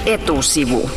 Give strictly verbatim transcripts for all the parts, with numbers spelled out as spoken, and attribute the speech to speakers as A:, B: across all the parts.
A: Etusivu.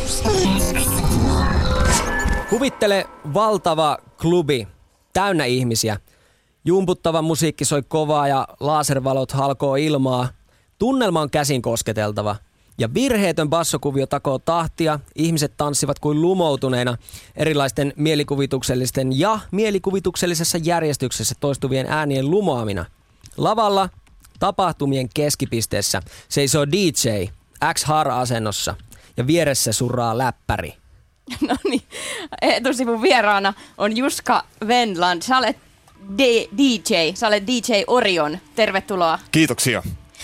B: Kuvittele valtava klubi, täynnä ihmisiä. Jumputtava musiikki soi kovaa ja laservalot halkoo ilmaa. Tunnelma on käsin kosketeltava. Ja virheetön bassokuvio takoo tahtia. Ihmiset tanssivat kuin lumoutuneina erilaisten mielikuvituksellisten ja mielikuvituksellisessa järjestyksessä toistuvien äänien lumoamina. Lavalla tapahtumien keskipisteessä seisoo D J X-Har-asennossa ja vieressä surraa läppäri.
C: No niin, etusivun vieraana on Juska Wendland. Sä olet D- DJ, sä olet D J Orion. Tervetuloa.
D: Kiitoksia.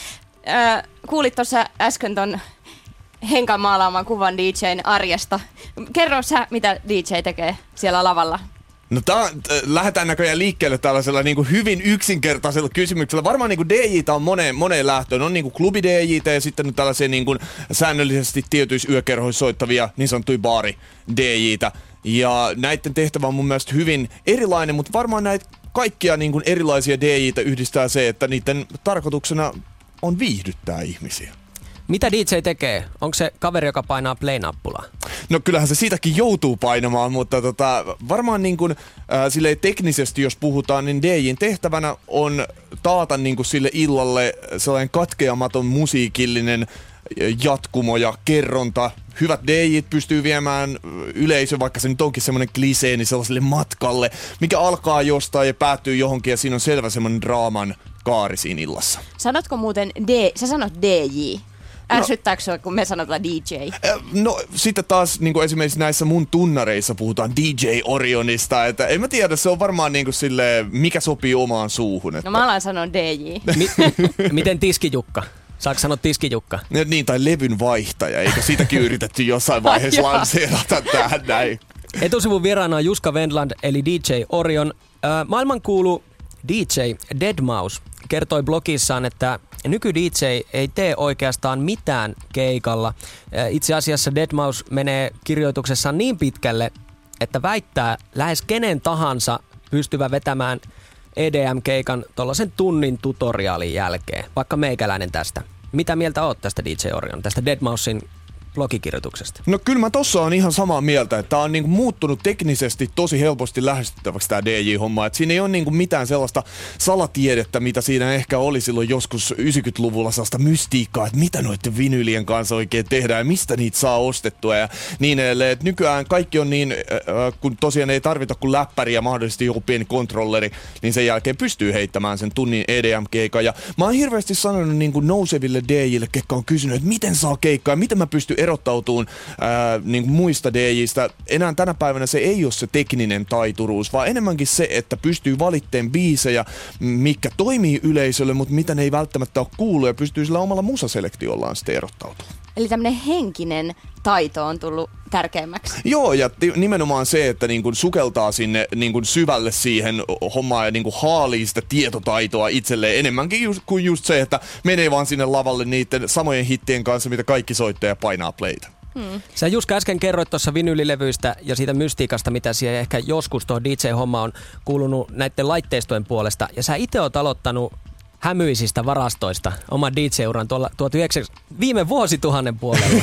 C: Äh, kuulit tuossa äsken ton Henkan maalaaman kuvan D J:n arjesta. Kerro sä, mitä D J tekee siellä lavalla.
D: No tää, t- lähdetään näköjään liikkeelle tällaisella niin kuin hyvin yksinkertaisella kysymyksellä. Varmaan niin kuin D J:tä on moneen, moneen lähtöön. On niin kuin klubi-D J:tä ja sitten tällaisia niin kuin säännöllisesti tietyissä yökerhoissa soittavia niin sanottuja baari-D J:tä. Ja näiden tehtävä on mun mielestä hyvin erilainen, mutta varmaan näitä kaikkia niin kuin erilaisia D J:tä yhdistää se, että niiden tarkoituksena on viihdyttää ihmisiä.
B: Mitä D J tekee? Onko se kaveri, joka painaa play-nappulaa?
D: No kyllähän se siitäkin joutuu painamaan, mutta tota, varmaan niin kuin, äh, silleen teknisesti jos puhutaan, niin D J:n tehtävänä on taata niin kuin sille illalle sellainen katkeamaton musiikillinen jatkumo ja kerronta. Hyvät D J:t pystyy viemään yleisö, vaikka se nyt onkin semmoinen klisee, niin sellaiselle matkalle, mikä alkaa jostain ja päättyy johonkin ja siinä on selvä semmoinen draaman kaari siinä illassa.
C: Sanotko muuten D, sä sanot D J. Ärsyttääkö se, kun me sanotaan D J?
D: No sitten taas niin kuin esimerkiksi näissä mun tunnareissa puhutaan D J Orionista, että en mä tiedä, se on varmaan niin kuin silleen, mikä sopii omaan suuhun. Että...
C: No mä alan sanoa D J.
B: Mi- miten Tiskijukka? Saatko sanoa Tiskijukka?
D: No, niin, tai levyn vaihtaja, eikö siitäkin yritetty jossain vaiheessa lanseerata tähän näin?
B: Etusivun vieraana on Juska Wendland eli D J Orion. Äh, maailmankuulu D J deadmau five kertoi blogissaan, että nyky-D J ei tee oikeastaan mitään keikalla. Itse asiassa deadmau five menee kirjoituksessaan niin pitkälle, että väittää lähes kenen tahansa pystyvä vetämään E D M-keikan tuollaisen tunnin tutoriaalin jälkeen, vaikka meikäläinen tästä. Mitä mieltä oot tästä D J Orion, tästä deadmau fiven blogikirjoituksesta?
D: No kyllä mä tossa on ihan samaa mieltä, että tää on niinku muuttunut teknisesti tosi helposti lähestyttäväksi tää D J-homma. Että siinä ei ole niinku mitään sellaista salatiedettä, mitä siinä ehkä oli silloin joskus yhdeksänkymmentäluvulla sellaista mystiikkaa, että mitä noiden vinylien kanssa oikein tehdään ja mistä niitä saa ostettua ja niin edelleen. Et nykyään kaikki on niin, äh, kun tosiaan ei tarvita kuin läppäri ja mahdollisesti joku pieni kontrolleri, niin sen jälkeen pystyy heittämään sen tunnin E D M-keikan. Ja mä oon hirveästi sanonut niinku nouseville D Jille, ketkä on kysynyt, että miten saa keikkaa ja miten mä pystyn erottautuun ää, niin kuin muista D Jistä. Enää tänä päivänä se ei ole se tekninen taituruus, vaan enemmänkin se, että pystyy valitteen biisejä, mikä toimii yleisölle, mutta mitä ne ei välttämättä ole kuullut ja pystyy sillä omalla musaselektioillaan sitten erottautumaan.
C: Eli tämmöinen henkinen taito on tullut tärkeämmäksi.
D: Joo, ja t- nimenomaan se, että niin kun sukeltaa sinne niin kun syvälle siihen hommaan ja niin kun haalii sitä tietotaitoa itselleen enemmänkin just, kuin just se, että menee vaan sinne lavalle niiden samojen hittien kanssa, mitä kaikki soittaa ja painaa playtä.
B: Hmm. Sä Juska äsken kerroit tuossa vinylilevyistä ja siitä mystiikasta, mitä siellä ehkä joskus tuohon D J-homma on kuulunut näiden laitteistojen puolesta. Ja sä itse oot aloittanut hämyisistä varastoista oman D J-uran tuolla tuhatyhdeksänsataayhdeksänkymmentä, viime vuosituhannen puolella,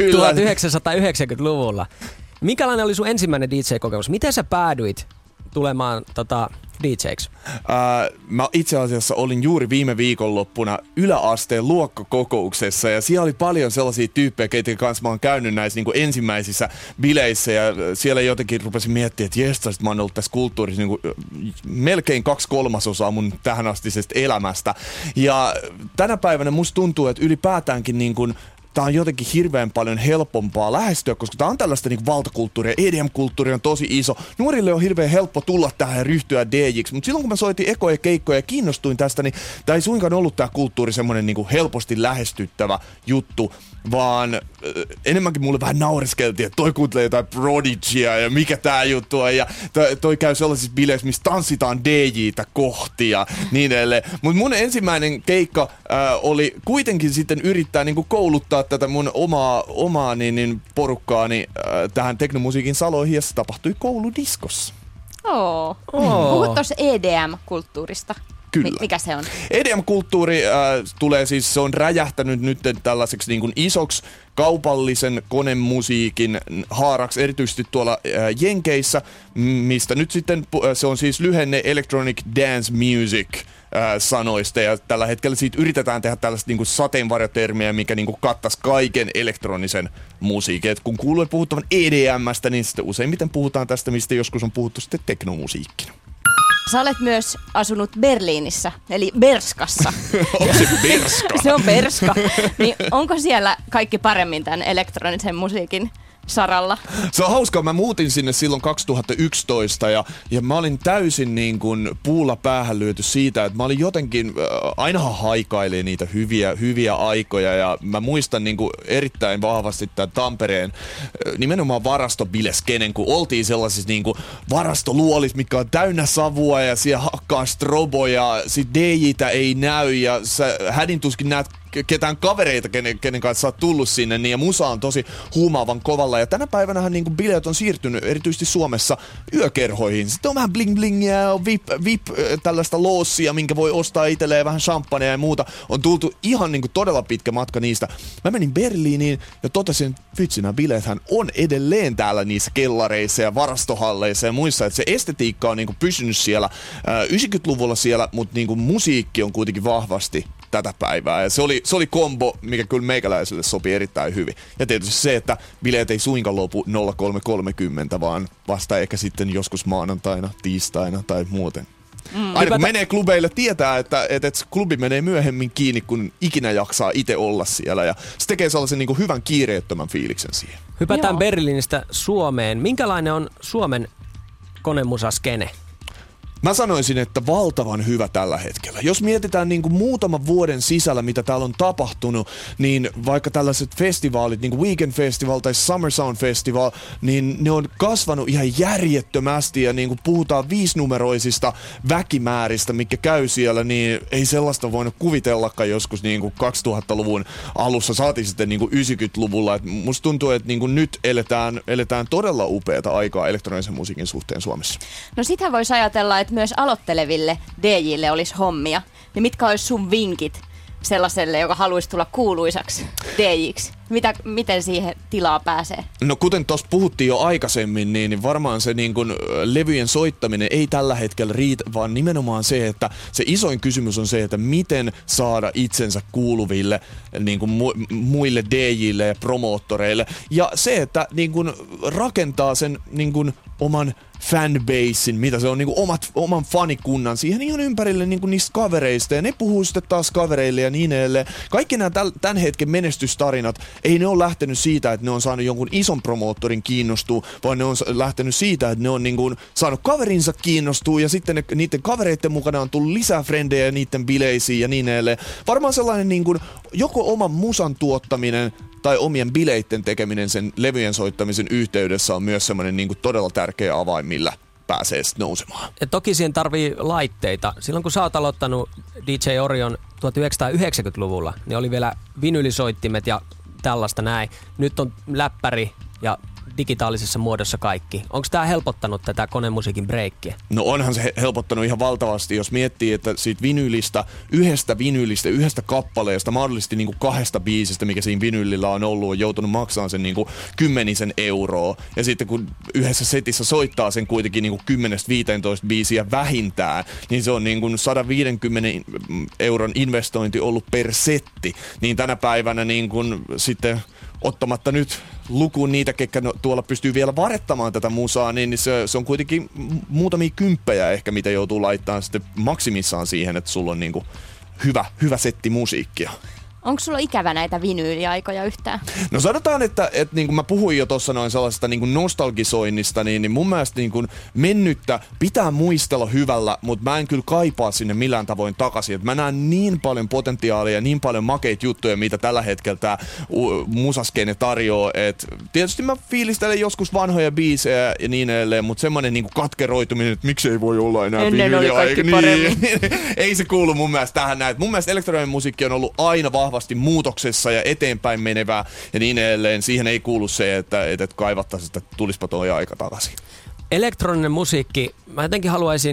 B: tuhatyhdeksänsataayhdeksänkymmentäluvulla. Minkälainen oli sun ensimmäinen D J-kokemus? Miten sä päädyit tulemaan tota, D J:ksi?
D: Ää, mä itse asiassa olin juuri viime viikonloppuna yläasteen luokkakokouksessa ja siellä oli paljon sellaisia tyyppejä, keitä kanssa mä oon käynyt näissä niin kuin ensimmäisissä bileissä ja siellä jotenkin rupesin miettimään, että jes, mä oon ollut tässä kulttuurissa niin kuin melkein kaksi kolmasosaa mun tähänastisesta elämästä. Ja tänä päivänä musta tuntuu, että ylipäätäänkin niin kuin tää on jotenkin hirveän paljon helpompaa lähestyä, koska tää on tällaista niinku valtakulttuuria, E D M-kulttuuri on tosi iso. Nuorille on hirveän helppo tulla tähän ja ryhtyä D J:ksi, mutta silloin kun mä soitin ekoja keikkoja ja kiinnostuin tästä, niin tää ei suinkaan ollut tää kulttuuri semmonen niinku helposti lähestyttävä juttu, vaan äh, enemmänkin mulle vähän naureskeltiin, että toi kuuntelee jotain Prodigya ja mikä tää juttu on, ja toi, toi käy sellaisissa bileissä, missä tanssitaan D J:tä kohti ja niin edelleen. Mutta mun ensimmäinen keikka äh, oli kuitenkin sitten yrittää niinku kouluttaa tätä mun omaa, omaa niin, niin porukkaani äh, tähän teknomusiikin saloihin, ja se tapahtui kouludiskossa.
C: Oo. Oh. Puhut tuossa E D M-kulttuurista.
D: Kyllä.
C: Mikä se on?
D: E D M-kulttuuri äh, tulee siis, se on räjähtänyt nyt tällaiseksi niin kuin isoksi kaupallisen konemusiikin haaraksi, erityisesti tuolla äh, Jenkeissä, mistä nyt sitten äh, se on siis lyhenne Electronic Dance Music sanoista, ja tällä hetkellä siitä yritetään tehdä tällaista niinku sateenvarjotermiä, mikä niinku kattaisi kaiken elektronisen musiikin. Et kun kuuluu puhuttavan E D M:stä, niin sitten useimmiten puhutaan tästä, mistä joskus on puhuttu sitten teknomusiikkina.
C: Sä olet myös asunut Berliinissä, eli Berskassa.
D: Onko se Berska?
C: Se on Berska. Niin onko siellä kaikki paremmin tämän elektronisen musiikin saralla?
D: Se on hauskaa. Mä muutin sinne silloin kaksituhattayksitoista ja, ja mä olin täysin niin kuin puulla päähän lyöty siitä, että mä olin jotenkin, äh, ainahan haikailee niitä hyviä, hyviä aikoja ja mä muistan niin kuin erittäin vahvasti tämän Tampereen äh, nimenomaan varastobileskenen, kun oltiin sellaisissa niin kuin varastoluolit, mikä on täynnä savua ja siellä hakkaa stroboja, sit D J:tä ei näy ja sä hädintuskin näet ketään kavereita, kenen, kenen kanssa sä oot tullut sinne, niin ja musa on tosi huumaavan kovalla. Ja tänä päivänähän niin bileet on siirtynyt erityisesti Suomessa yökerhoihin. Sitten on vähän bling blingiä ja vip, vip tällaista loossia, minkä voi ostaa itselleen, vähän champagnea ja muuta. On tultu ihan niin kuin todella pitkä matka niistä. Mä menin Berliiniin ja totesin, että vitsi, nämä bileethän on edelleen täällä niissä kellareissa ja varastohalleissa ja muissa. Että se estetiikka on niin kuin pysynyt siellä äh, yhdeksänkymmentäluvulla siellä, mutta niin kuin musiikki on kuitenkin vahvasti tätä päivää. Ja se oli, se oli kombo, mikä kyllä meikäläiselle sopi erittäin hyvin. Ja tietysti se, että bileet ei suinkaan lopu nolla kolme kolmekymmentä, vaan vasta ehkä sitten joskus maanantaina, tiistaina tai muuten. Mm. Aina kun menee klubeille, tietää, että, että, että klubi menee myöhemmin kiinni, kun ikinä jaksaa itse olla siellä. Ja se tekee sellaisen niin kuin hyvän kiireettömän fiiliksen siihen.
B: Hypätään
C: Joo.
B: Berliinistä Suomeen. Minkälainen on Suomen konemusaskene?
D: Mä sanoisin, että valtavan hyvä tällä hetkellä. Jos mietitään niin kuin muutaman vuoden sisällä, mitä täällä on tapahtunut, niin vaikka tällaiset festivaalit, niin kuin Weekend Festival tai Summer Sound Festival, niin ne on kasvanut ihan järjettömästi ja niin kuin puhutaan viisinumeroisista väkimääristä, mikä käy siellä, niin ei sellaista voinut kuvitellakaan joskus niin kuin kaksituhattaluvun alussa, saatiin sitten niin kuin yhdeksänkymmentäluvulla. Et musta tuntuu, että niin kuin nyt eletään, eletään todella upeata aikaa elektronisen musiikin suhteen Suomessa.
C: No sitä voisi ajatella, että myös aloitteleville D J:ille olisi hommia. Niin mitkä olisi sun vinkit sellaiselle, joka haluaisi tulla kuuluisaksi D J:ksi? Mitä, miten siihen tilaa pääsee?
D: No kuten tuossa puhuttiin jo aikaisemmin, niin, niin varmaan se niin kun, levyjen soittaminen ei tällä hetkellä riitä, vaan nimenomaan se, että se isoin kysymys on se, että miten saada itsensä kuuluville niin kun mu- muille D J:ille ja promoottoreille. Ja se, että niin kun, rakentaa sen niin kun, oman fanbasein, mitä se on, niin kuin omat, oman fanikunnan siihen ihan ympärille niin kuin niistä kavereista, ja ne puhuu sitten taas kavereille ja niin edelleen. Kaikki nämä täl, tämän hetken menestystarinat, ei ne ole lähtenyt siitä, että ne on saanut jonkun ison promoottorin kiinnostua, vaan ne on lähtenyt siitä, että ne on niin kuin saanut kaverinsa kiinnostua, ja sitten ne, niiden kavereiden mukana on tullut lisää frendejä niiden bileisiin ja niin edelleen. Varmaan sellainen niin kuin joko oman musan tuottaminen tai omien bileitten tekeminen sen levyjen soittamisen yhteydessä on myös semmoinen niin kuin todella tärkeä avain, millä pääsee sitten nousemaan.
B: Ja toki siihen tarvii laitteita. Silloin kun sä oot aloittanut D J Orion tuhatyhdeksänsataayhdeksänkymmentäluvulla, niin oli vielä vinylisoittimet ja tällaista näin. Nyt on läppäri ja digitaalisessa muodossa kaikki. Onko tämä helpottanut tätä konemusiikin breikkiä?
D: No onhan se helpottanut ihan valtavasti, jos miettii, että siitä vinylistä, yhdestä vinylistä, yhdestä kappaleesta, mahdollisesti niinku kahdesta biisistä, mikä siinä vinylillä on ollut, on joutunut maksamaan sen niinku kymmenisen euroa. Ja sitten kun yhdessä setissä soittaa sen kuitenkin niinku kymmenestä viiteentoista biisiä vähintään, niin se on niinku sata viisikymmentä euron investointi ollut per setti. Niin tänä päivänä niinku sitten ottamatta nyt lukuun niitä, ketkä tuolla pystyy vielä varettamaan tätä musaa, niin se, se on kuitenkin muutamia kymppejä ehkä, mitä joutuu laittamaan sitten maksimissaan siihen, että sulla on niinku hyvä, hyvä setti musiikkia.
C: Onko sulla ikävä näitä vinyyliaikoja yhtään?
D: No sanotaan, että, että niin kuin mä puhuin jo tuossa noin sellaisesta niin kuin nostalgisoinnista, niin, niin mun mielestä niin kuin mennyttä pitää muistella hyvällä, mutta mä en kyllä kaipaa sinne millään tavoin takaisin. Et mä näen niin paljon potentiaalia ja niin paljon makeita juttuja, mitä tällä hetkellä tää musaskene tarjoaa. Et tietysti mä fiilistelen joskus vanhoja biisejä ja niin edelleen, mutta semmoinen niin kuin katkeroituminen, että miksei voi olla enää vinyyliaika. Niin, ei se kuulu mun mielestä tähän näin. Mun mielestä elektroninen musiikki on ollut aina vahva vahvasti muutoksessa ja eteenpäin menevää ja niin edelleen. Siihen ei kuulu se, että, että kaivattaisiin, että tulispa tuo aika takaisin.
B: Elektroninen musiikki, mä jotenkin haluaisin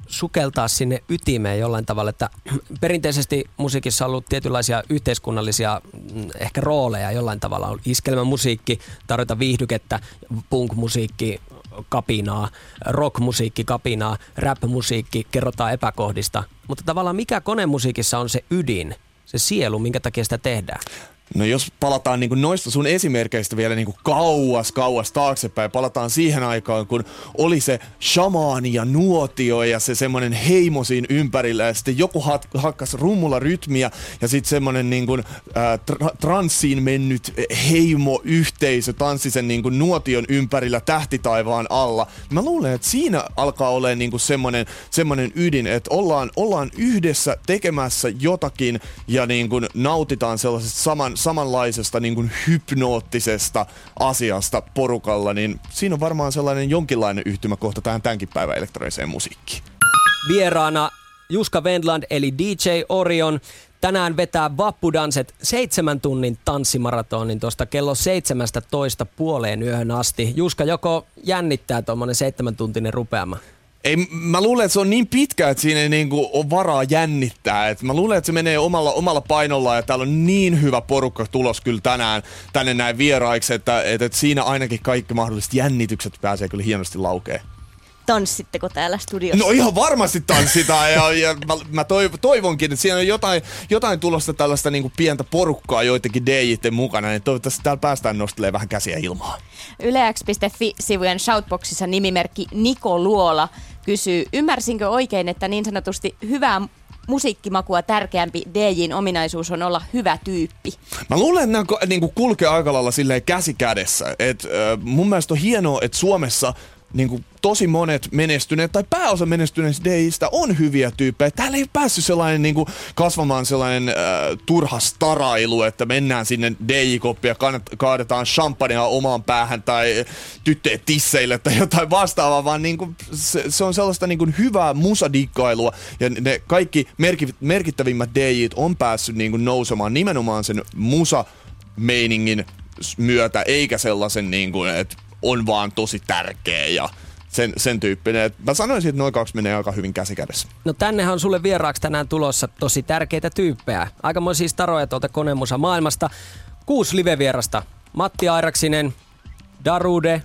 B: sukeltaa sinne ytimeen jollain tavalla, että perinteisesti musiikissa on ollut tietynlaisia yhteiskunnallisia ehkä rooleja jollain tavalla. On iskelmämusiikki, tarjota viihdykettä, punk-musiikki, kapinaa, rock-musiikki, kapinaa, rap-musiikki, kerrotaan epäkohdista. Mutta tavallaan mikä konemusiikissa on se ydin, se sielu, minkä takia sitä tehdään?
D: No jos palataan niin kuin noista sun esimerkkeistä vielä niin kuin kauas, kauas taaksepäin, palataan siihen aikaan, kun oli se shamaani ja nuotio ja se semmoinen heimo siinä ympärillä ja sitten joku hat- hakkas rummulla rytmiä ja sitten semmoinen niin kuin, äh, tra- transsiin mennyt heimo-yhteisö tanssi sen niin kuin nuotion ympärillä tähtitaivaan alla. Mä luulen, että siinä alkaa olemaan niin kuin semmoinen, semmoinen ydin, että ollaan, ollaan yhdessä tekemässä jotakin ja niin kuin nautitaan sellaisesta saman samanlaisesta niin kuin hypnoottisesta asiasta porukalla, niin siinä on varmaan sellainen jonkinlainen yhtymäkohta tähän tämänkin päivän elektroniseen musiikkiin.
B: Vieraana Juska Wendland eli D J Orion. Tänään vetää Vappudanset seitsemän tunnin tanssimaratonin tuosta kello seitsemästätoista puoleen yöhön asti. Juska, joko jännittää tuommoinen seitsemän tuntinen rupeama?
D: Ei, mä luulen, että se on niin pitkä, että siinä ei niinku ole varaa jännittää. Et mä luulen, että se menee omalla, omalla painolla ja täällä on niin hyvä porukka tulos kyllä tänään tänne näin vieraiksi, että, että, että siinä ainakin kaikki mahdolliset jännitykset pääsee kyllä hienosti laukeen.
C: Tanssitteko täällä studiossa?
D: No ihan varmasti tanssitaan ja, ja mä, mä toivonkin, että siinä on jotain, jotain tulosta tällaista niinku pientä porukkaa joidenkin D J:iden mukana, niin toivottavasti täällä päästään nostelemaan vähän käsiä ilmaan.
C: Yle X piste fi-sivujen shoutboxissa nimimerkki Niko Luola kysyy, ymmärsinkö oikein, että niin sanotusti hyvää musiikkimakua tärkeämpi D J:n ominaisuus on olla hyvä tyyppi?
D: Mä luulen, että nämä niinku kulkee aika lailla silleen käsi kädessä. Et, äh, mun mielestä on hienoa, että Suomessa niinku tosi monet menestyneet tai pääosa menestyneistä D J:istä on hyviä tyyppejä. Täällä ei päässyt sellainen niinku kasvamaan sellainen äh, turha starailu, että mennään sinne D J-koppia ja kaadetaan champagnea omaan päähän tai tyttöjen tisseille tai jotain vastaavaa, vaan niinku se, se on sellaista niinku hyvää musadikkailua ja ne kaikki merki, merkittävimmät D J:t on päässyt niinku nousemaan nimenomaan sen musa-meiningin myötä, eikä sellaisen niinku, että on vaan tosi tärkeä ja sen, sen tyyppinen. Et mä sanoisin, että noin kaksi menee aika hyvin käsikädessä.
B: No tännehän on sulle vieraaksi tänään tulossa tosi tärkeitä tyyppejä. Aikamoisia staroja tuolta konemusa maailmasta. Kuusi live-vierasta. Matti Airaksinen, Darude,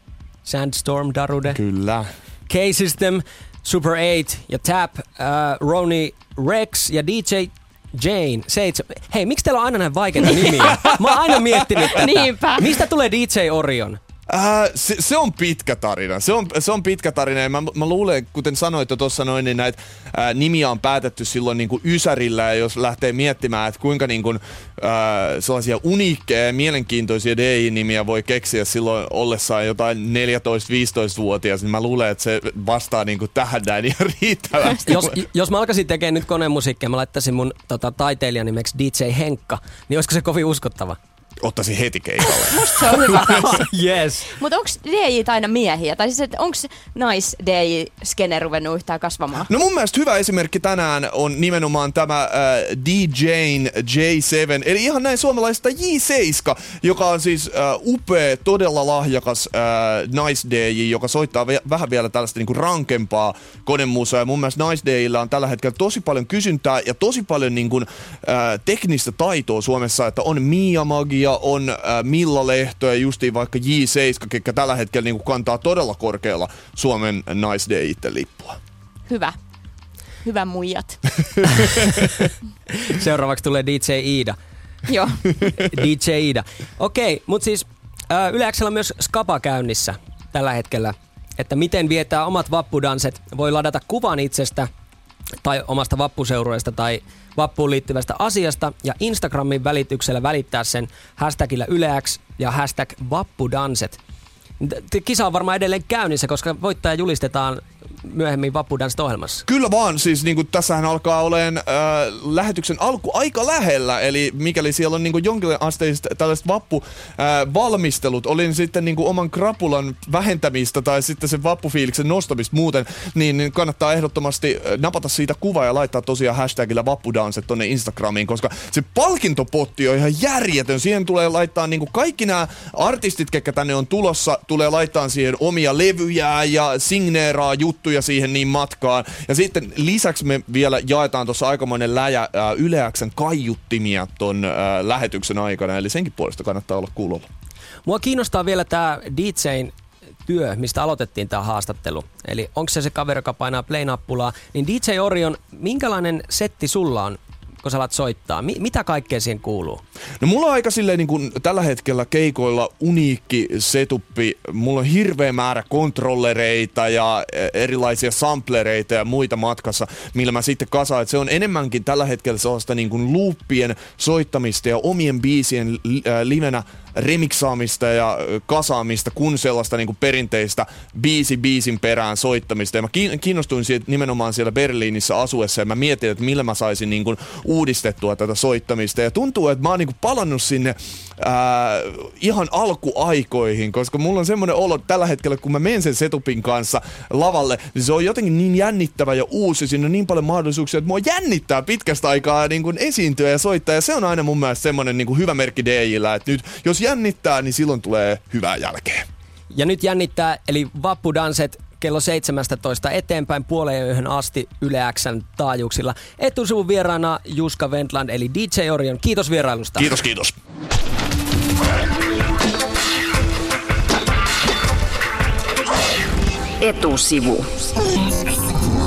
B: Sandstorm Darude.
D: Kyllä.
B: K-System, Super eight ja Tap, uh, Ronnie Rex ja D J Jane, seitsemän. Hei, miksi teillä on aina näin vaikeita nimiä? Mä oon aina miettinyt tätä.
C: Niinpä.
D: Mistä
B: tulee D J Orion?
D: Äh, se, se on pitkä tarina. Se on, se on pitkä tarina. Ja mä, mä luulen, kuten sanoit jo tuossa noin, niin näitä äh, nimiä on päätetty silloin niin kuin ysärillä. Ja jos lähtee miettimään, että kuinka niin kuin, äh, sellaisia uniikkeja ja mielenkiintoisia D J-nimiä voi keksiä silloin ollessaan jotain neljätoista-viisitoista-vuotias, niin mä luulen, että se vastaa niin kuin tähän näin ihan riittävästi.
B: Jos, jos mä alkaisin tekemään nyt konemusiikkia, mä laittaisin mun tota, taiteilijan nimeksi D J Henkka, niin olisiko se kovin uskottava?
D: Ottaisin heti keikalle.
C: Musta se on hyvä.
B: Yes.
C: Mutta onko D J:t aina miehiä? Tai siis, onko nais-D J-skene ruvennut yhtään kasvamaan?
D: No mun mielestä hyvä esimerkki tänään on nimenomaan tämä äh, D Jane J seitsemän, eli ihan näin suomalaisesta J seitsemän, joka on siis äh, upea, todella lahjakas äh, nais-D J, joka soittaa ve- vähän vielä tällaista niinku rankempaa konemusaa. Ja mun mielestä nais-D J:llä on tällä hetkellä tosi paljon kysyntää ja tosi paljon niinku, äh, teknistä taitoa Suomessa, että on Mia Magia, on äh, Milla Lehto ja justiin vaikka J seitsemän, ketkä tällä hetkellä niinku kantaa todella korkealla Suomen nais-D J:itten lippua.
C: Hyvä. Hyvä muijat.
B: Seuraavaksi tulee D J Iida.
C: Joo.
B: D J Iida. Okei, mutta siis äh, Yle X:llä on myös Skapa käynnissä tällä hetkellä. Että miten vietää omat vappudanset. Voi ladata kuvan itsestä tai omasta vappuseurueesta tai vappuun liittyvästä asiasta ja Instagramin välityksellä välittää sen hashtagillä YleX ja hashtag vappudanset. Kisa on varmaan edelleen käynnissä, koska voittaja julistetaan myöhemmin Vappudanset-ohjelmassa.
D: Kyllä vaan, siis niin kuin tässähän alkaa olemaan äh, lähetyksen alku aika lähellä, eli mikäli siellä on niin kuin jonkinasteiset tällaiset vappuvalmistelut, äh, oli sitten niin kuin oman krapulan vähentämistä tai sitten sen vappufiiliksen nostamista muuten, niin, niin kannattaa ehdottomasti napata siitä kuvaa ja laittaa tosiaan hashtagillä Vappudanset tonne Instagramiin, koska se palkintopotti on ihan järjetön. Siihen tulee laittaa niin kuin kaikki nämä artistit, ketkä tänne on tulossa, tulee laittaa siihen omia levyjä ja signeeraa juttuja siihen niin matkaan. Ja sitten lisäksi me vielä jaetaan tuossa aikamoinen läjä ää, Yle X:n kaiuttimia ton ää, lähetyksen aikana, eli senkin puolesta kannattaa olla kuulolla.
B: Mua kiinnostaa vielä tää D J:n työ, mistä aloitettiin tämä haastattelu. Eli onko se se kaveri, joka painaa play-nappulaa, niin D J Orion, minkälainen setti sulla on, kun sä alat soittaa? Mi- mitä kaikkea siihen kuuluu?
D: No mulla on aika silleen niin kuin tällä hetkellä keikoilla uniikki setuppi. Mulla on hirveä määrä kontrollereita ja erilaisia samplereita ja muita matkassa, millä mä sitten kasaan. Et se on enemmänkin tällä hetkellä sellaista niin kuin loopien soittamista ja omien biisien livenä remiksaamista ja kasaamista kuin sellaista niin kuin perinteistä biisi biisin perään soittamista. Ja mä kiinnostuin siitä nimenomaan siellä Berliinissä asuessa ja mä mietin, että millä mä saisin niin kuin uudistettua tätä soittamista. Ja tuntuu, että mä oon niin kuin palannut sinne ää, ihan alkuaikoihin, koska mulla on semmoinen olo tällä hetkellä, kun mä menen sen setupin kanssa lavalle, niin se on jotenkin niin jännittävä ja uusi. Siinä on niin paljon mahdollisuuksia, että mua jännittää pitkästä aikaa niin kuin esiintyä ja soittaa. Ja se on aina mun mielestä semmoinen niin kuin hyvä merkki D J:llä, että nyt jos jännittää, niin silloin tulee hyvää jälkeä.
B: Ja nyt jännittää, eli vappudanset kello seitsemäntoista eteenpäin puoleen yöhön asti Yle X:n taajuuksilla. Etusivun vieraana Juska Wendland eli D J Orion. Kiitos vierailusta.
D: Kiitos, kiitos.
A: Etusivu.